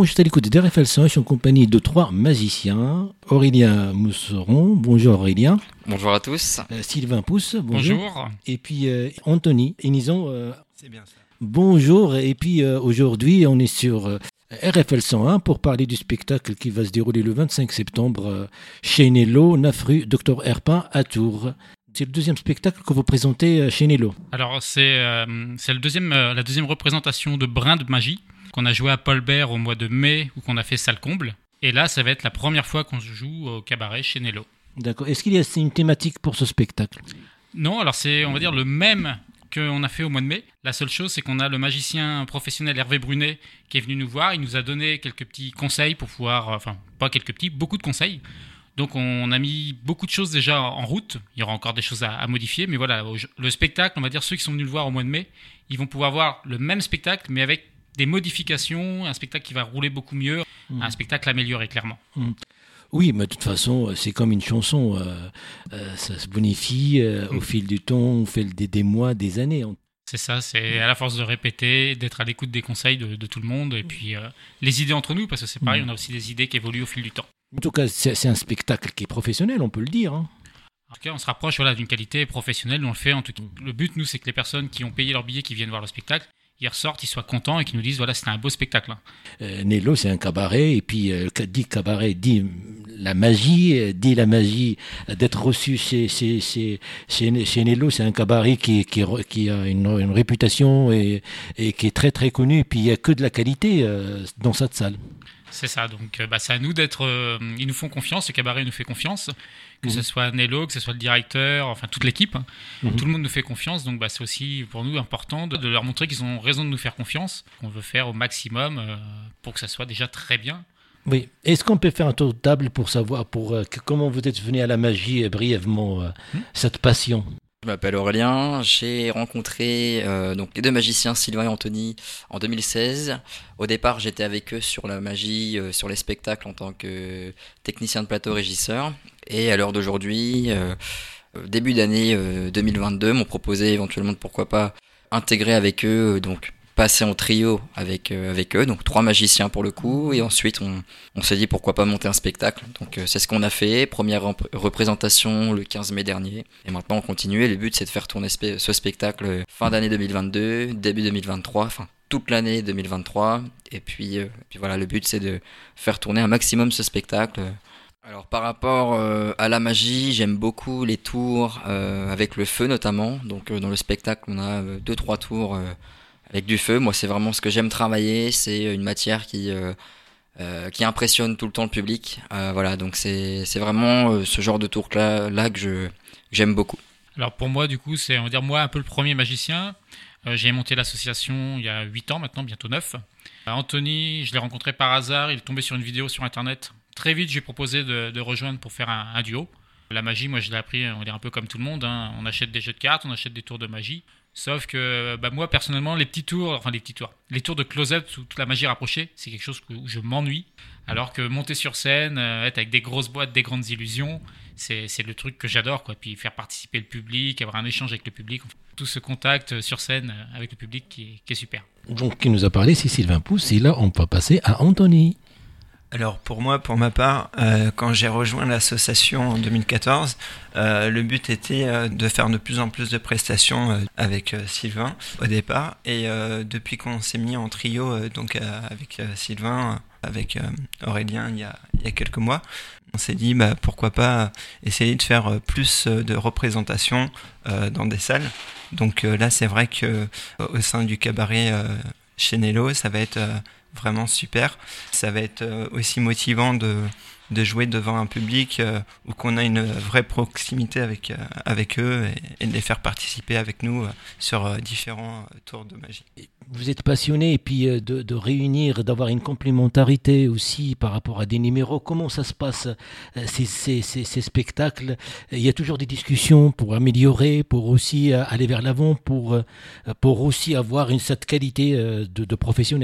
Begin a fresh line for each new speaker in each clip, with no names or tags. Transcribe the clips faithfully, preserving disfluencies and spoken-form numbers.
Bon, je suis à l'écoute d'R F L cent, je suis en compagnie de trois magiciens. Aurélien Mousseron, bonjour Aurélien.
Bonjour à tous.
Euh, Sylvain Pousse, bonjour.
Bonjour.
Et puis euh, Anthony Inison. Euh,
C'est bien ça.
Bonjour, et puis euh, aujourd'hui on est sur euh, R F L cent un pour parler du spectacle qui va se dérouler le vingt-cinq septembre euh, chez Nello, neuf rue Docteur Herpin à Tours. C'est le deuxième spectacle que vous présentez euh, chez Nello.
Alors c'est, euh, c'est le deuxième, euh, la deuxième représentation de Brin de magie qu'on a joué à Paul Bert au mois de mai ou qu'on a fait salle comble. Et là ça va être la première fois qu'on joue au cabaret chez Nello.
D'accord. Est-ce qu'il y a une thématique pour ce spectacle ?
Non, alors c'est on va dire le même qu'on a fait au mois de mai. La seule chose, c'est qu'on a le magicien professionnel Hervé Brunet qui est venu nous voir. Il nous a donné quelques petits conseils pour pouvoir... Enfin, pas quelques petits, beaucoup de conseils. Donc, on a mis beaucoup de choses déjà en route. Il y aura encore des choses à, à modifier. Mais voilà, le spectacle, on va dire ceux qui sont venus le voir au mois de mai, ils vont pouvoir voir le même spectacle, mais avec des modifications. Un spectacle qui va rouler beaucoup mieux. Mmh. Un spectacle amélioré, clairement.
Mmh. Oui, mais de toute façon, c'est comme une chanson. Euh, euh, ça se bonifie euh, au fil du temps, au fil des, des mois, des années.
C'est ça, c'est à la force de répéter, d'être à l'écoute des conseils de, de tout le monde, et puis euh, les idées entre nous, parce que c'est pareil, on a aussi des idées qui évoluent au fil du temps.
En tout cas, c'est, c'est un spectacle qui est professionnel, on peut le dire. Hein.
En tout cas, on se rapproche voilà, d'une qualité professionnelle, on le fait. En tout cas, le but, nous, c'est que les personnes qui ont payé leur billet, qui viennent voir le spectacle, ils ressortent, ils soient contents et qu'ils nous disent voilà, c'était un beau spectacle. Hein.
Euh, Nello, c'est un cabaret, et puis euh, dit cabaret dit la magie, dit la magie d'être reçu chez, chez, chez, chez, chez Nello. C'est un cabaret qui, qui, qui a une, une réputation et, et qui est très très connu, et puis il n'y a que de la qualité euh, dans cette salle.
C'est ça, donc bah, c'est à nous d'être... Euh, ils nous font confiance, le cabaret nous fait confiance, que mmh. ce soit Nello, que ce soit le directeur, enfin toute l'équipe, hein. mmh. Tout le monde nous fait confiance, donc bah, c'est aussi pour nous important de, de leur montrer qu'ils ont raison de nous faire confiance, qu'on veut faire au maximum euh, pour que ça soit déjà très bien.
Oui, est-ce qu'on peut faire un tour de table pour savoir pour, euh, que, comment vous êtes venu à la magie, euh, brièvement, euh, mmh. cette passion ?
Je m'appelle Aurélien, j'ai rencontré euh, donc les deux magiciens Sylvain et Anthony en deux mille seize. Au départ, j'étais avec eux sur la magie, euh, sur les spectacles en tant que technicien de plateau régisseur. Et à l'heure d'aujourd'hui, euh, début d'année euh, deux mille vingt-deux, m'ont proposé éventuellement de pourquoi pas intégrer avec eux, euh, donc passer en trio avec euh, avec eux, donc trois magiciens pour le coup, et ensuite on on s'est dit pourquoi pas monter un spectacle. Donc euh, c'est ce qu'on a fait, première rep- représentation le quinze mai dernier, et maintenant on continue, et le but c'est de faire tourner spe- ce spectacle fin d'année deux mille vingt-deux, début deux mille vingt-trois, enfin toute l'année deux mille vingt-trois, et puis euh, puis voilà, le but c'est de faire tourner un maximum ce spectacle. Alors par rapport euh, à la magie, j'aime beaucoup les tours euh, avec le feu notamment, donc euh, dans le spectacle on a euh, deux trois tours euh, avec du feu. Moi, c'est vraiment ce que j'aime travailler. C'est une matière qui euh, euh, qui impressionne tout le temps le public. Euh, voilà, donc c'est c'est vraiment euh, ce genre de tour là là que je que j'aime beaucoup.
Alors pour moi, du coup, c'est on va dire moi un peu le premier magicien. Euh, j'ai monté l'association il y a huit ans maintenant, bientôt neuf. Euh, Anthony, je l'ai rencontré par hasard. Il est tombé sur une vidéo sur Internet. Très vite, j'ai proposé de, de rejoindre pour faire un, un duo. La magie, moi, je l'ai appris, on va dire un peu comme tout le monde. Hein. On achète des jeux de cartes, on achète des tours de magie. Sauf que bah, moi, personnellement, les petits tours, enfin les petits tours, les tours de close-up où toute la magie rapprochée, c'est quelque chose où je m'ennuie. Alors que monter sur scène, euh, être avec des grosses boîtes, des grandes illusions, c'est, c'est le truc que j'adore, quoi. Puis faire participer le public, avoir un échange avec le public, tout ce contact sur scène avec le public qui est, qui est super.
Donc, qui nous a parlé, c'est Sylvain Pousse, et là, on peut passer à Anthony.
Alors pour moi, pour ma part, euh, quand j'ai rejoint l'association en deux mille quatorze, euh, le but était euh, de faire de plus en plus de prestations euh, avec euh, Sylvain au départ, et euh, depuis qu'on s'est mis en trio, euh, donc euh, avec euh, Sylvain, avec euh, Aurélien il y a, il y a quelques mois, on s'est dit bah, pourquoi pas essayer de faire plus de représentations euh, dans des salles. Donc euh, là c'est vrai que euh, au sein du cabaret euh, chez Nello, ça va être euh, vraiment super. Ça va être euh, aussi motivant de, de jouer devant un public euh, où qu'on a une vraie proximité avec, euh, avec eux, et, et de les faire participer avec nous euh, sur euh, différents euh, tours de magie.
Vous êtes passionné, et puis euh, de, de réunir, d'avoir une complémentarité aussi par rapport à des numéros. Comment ça se passe, euh, ces, ces, ces, ces spectacles ? Il y a toujours des discussions pour améliorer, pour aussi euh, aller vers l'avant, pour, euh, pour aussi avoir une, cette qualité euh, de, de professionnel.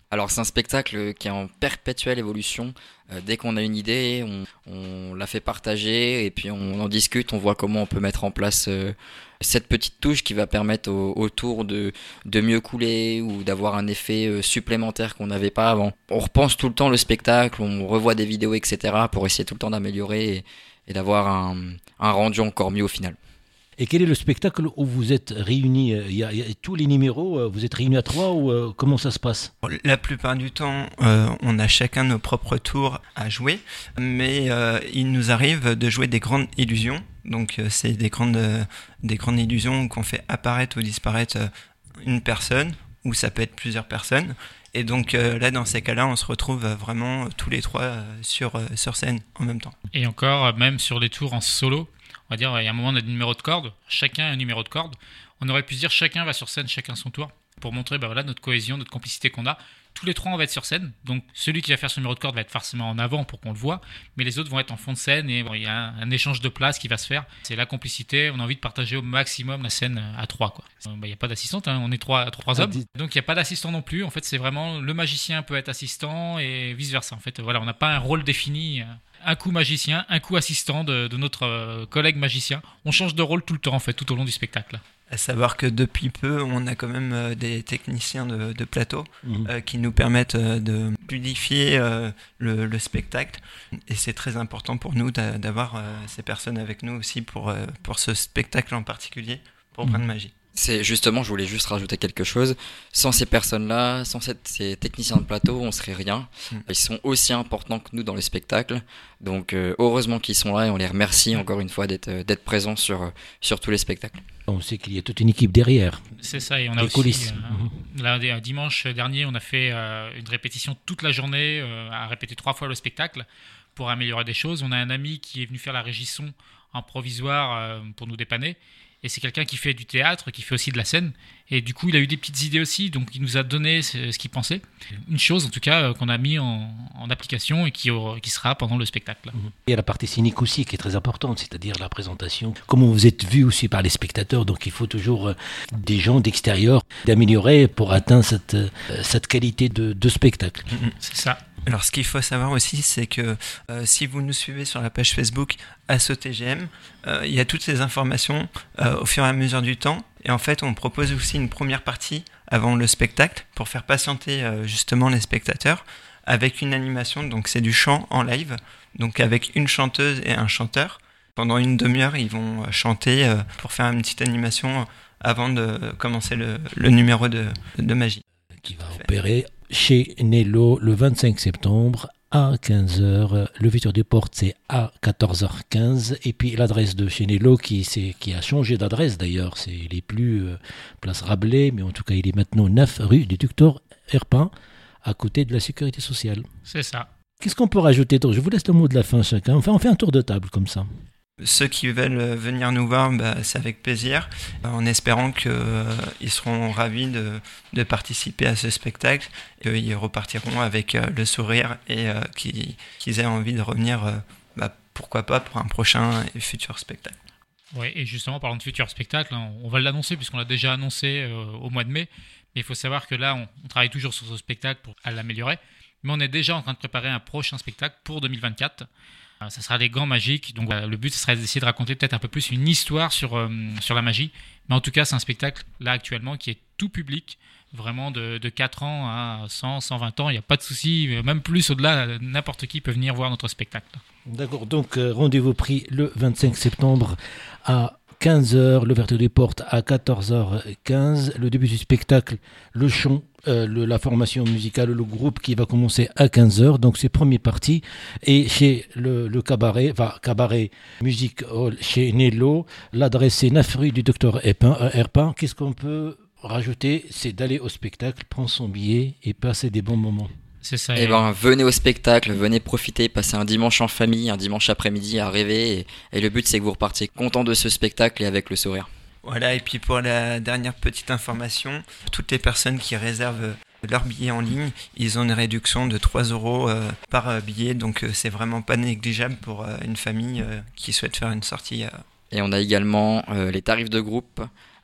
Alors c'est un spectacle qui est en perpétuelle évolution. Euh, dès qu'on a une idée, on, on la fait partager et puis on en discute, on voit comment on peut mettre en place euh, cette petite touche qui va permettre au, au tour de, de mieux couler ou d'avoir un effet euh, supplémentaire qu'on n'avait pas avant. On repense tout le temps le spectacle, on revoit des vidéos, et cetera pour essayer tout le temps d'améliorer et, et d'avoir un, un rendu encore mieux au final.
Et quel est le spectacle où vous êtes réunis? Il y a, il y a tous les numéros, vous êtes réunis à trois ou euh, comment ça se passe?
La plupart du temps, euh, on a chacun nos propres tours à jouer, mais euh, il nous arrive de jouer des grandes illusions. Donc euh, c'est des grandes, euh, des grandes illusions qu'on fait apparaître ou disparaître euh, une personne, ou ça peut être plusieurs personnes. Et donc euh, là, dans ces cas-là, on se retrouve euh, vraiment euh, tous les trois euh, sur, euh, sur scène en même temps.
Et encore, même sur les tours en solo, on va dire, il y a un moment, on a des numéros de corde, chacun a un numéro de corde. On aurait pu se dire, chacun va sur scène, chacun son tour, pour montrer bah, voilà, notre cohésion, notre complicité qu'on a. Tous les trois, on va être sur scène. Donc, celui qui va faire son numéro de corde va être forcément en avant pour qu'on le voit. Mais les autres vont être en fond de scène et bon, il y a un, un échange de place qui va se faire. C'est la complicité. On a envie de partager au maximum la scène à trois, quoi. Il n'y bah, a pas d'assistante, hein, on est trois, trois hommes. Donc, il n'y a pas d'assistant non plus. En fait, c'est vraiment le magicien peut être assistant et vice-versa. En fait, voilà, on n'a pas un rôle défini. Un coup magicien, un coup assistant de, de notre euh, collègue magicien. On change de rôle tout le temps, en fait, tout au long du spectacle.
À savoir que depuis peu, on a quand même euh, des techniciens de, de plateau
Mmh.
euh, qui nous permettent euh, de fluidifier euh, le, le spectacle. Et c'est très important pour nous d'a, d'avoir euh, ces personnes avec nous aussi pour, euh, pour ce spectacle en particulier, pour
Mmh.
Brin de Magie.
C'est justement, je voulais juste rajouter quelque chose. Sans ces personnes-là, sans cette, ces techniciens de plateau, on serait rien.
Mm.
Ils sont aussi importants que nous dans le spectacle. Donc, euh, heureusement qu'ils sont là et on les remercie encore une fois d'être, d'être présents sur, sur tous les spectacles.
On sait qu'il y a toute une équipe derrière.
C'est ça, et on a
Les
aussi,
coulisses.
euh, là, un dimanche dernier, on a fait euh, une répétition toute la journée, euh, à répéter trois fois le spectacle pour améliorer des choses. On a un ami qui est venu faire la régie son en provisoire euh, pour nous dépanner. Et c'est quelqu'un qui fait du théâtre, qui fait aussi de la scène. Et du coup, il a eu des petites idées aussi, donc il nous a donné ce, ce qu'il pensait. Une chose, en tout cas, euh, qu'on a mis en, en application et qui, aura, qui sera pendant le spectacle.
Il y a la partie scénique aussi qui est très importante, c'est-à-dire la présentation. Comment vous êtes vu aussi par les spectateurs, donc il faut toujours euh, des gens d'extérieur d'améliorer pour atteindre cette, euh, cette qualité de, de spectacle.
C'est ça.
Alors, ce qu'il faut savoir aussi, c'est que euh, si vous nous suivez sur la page Facebook Asso T G M, euh, il y a toutes ces informations euh, au fur et à mesure du temps. Et en fait, on propose aussi une première partie avant le spectacle pour faire patienter euh, justement les spectateurs avec une animation. Donc, c'est du chant en live, donc avec une chanteuse et un chanteur. Pendant une demi-heure, ils vont chanter euh, pour faire une petite animation avant de commencer le, le numéro de, de magie.
Qui va opérer chez Nello le vingt-cinq septembre à quinze heures. L'ouverture des portes, c'est à quatorze heures quinze. Et puis l'adresse de chez Nello qui, c'est, qui a changé d'adresse d'ailleurs. C'est, il n'est plus euh, place Rabelais, mais en tout cas, il est maintenant neuf rue du Docteur Herpin, à côté de la Sécurité sociale.
C'est ça.
Qu'est-ce qu'on peut rajouter? Je vous laisse le mot de la fin chacun. Enfin, on fait un tour de table comme ça.
Ceux qui veulent venir nous voir, bah, c'est avec plaisir, en espérant qu'ils euh, seront ravis de, de participer à ce spectacle, et qu'ils repartiront avec euh, le sourire et euh, qu'ils, qu'ils aient envie de revenir, euh, bah, pourquoi pas, pour un prochain et futur spectacle.
Oui, et justement, parlant de futur spectacle, hein, on va l'annoncer puisqu'on l'a déjà annoncé euh, au mois de mai, mais il faut savoir que là, on, on travaille toujours sur ce spectacle pour à l'améliorer, mais on est déjà en train de préparer un prochain spectacle pour deux mille vingt-quatre. Ça sera des gants magiques, donc euh, le but ce serait d'essayer de raconter peut-être un peu plus une histoire sur, euh, sur la magie. Mais en tout cas, c'est un spectacle là actuellement qui est tout public, vraiment de, de quatre ans à cent, cent vingt ans, il n'y a pas de souci, même plus au-delà, n'importe qui peut venir voir notre spectacle.
D'accord, donc euh, rendez-vous pris le vingt-cinq septembre à quinze heures, l'ouverture des portes à quatorze heures quinze, le début du spectacle, le chant, euh, le, la formation musicale, le groupe qui va commencer à quinze heures, donc c'est première partie, et chez le, le cabaret, enfin cabaret Music Hall chez Nello, l'adresse c'est neuf rue du Docteur Herpin, euh, Herpin. Qu'est-ce qu'on peut rajouter? C'est d'aller au spectacle, prendre son billet et passer des bons moments.
C'est ça.
Eh ben, venez au spectacle, venez profiter, passer un dimanche en famille, un dimanche après-midi à rêver. Et, et le but, c'est que vous repartiez content de ce spectacle et avec le sourire.
Voilà, et puis pour la dernière petite information, toutes les personnes qui réservent leur billet en ligne, ils ont une réduction de trois euros euh, par billet. Donc euh, c'est vraiment pas négligeable pour euh, une famille euh, qui souhaite faire une sortie. Euh.
Et on a également euh, les tarifs de groupe.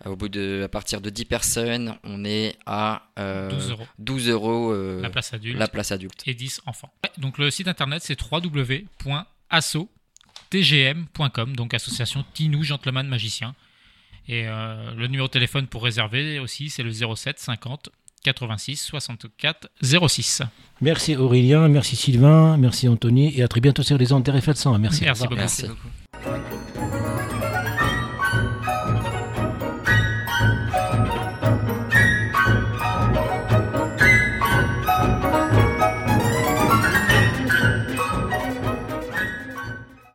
Au bout de, à partir de dix personnes, on est à euh,
douze euros.
douze euros euh,
La place adulte.
la place adulte.
Et dix enfants. Donc le site internet c'est w w w point asso t g m point com, donc association Tinou Gentleman Magicien. Et euh, le numéro de téléphone pour réserver aussi c'est le zéro sept cinquante quatre-vingt-six soixante-quatre zéro six.
Merci Aurélien, merci Sylvain, merci Anthony et à très bientôt sur les ondes de R F L cent. Merci.
Merci beaucoup.
Merci beaucoup.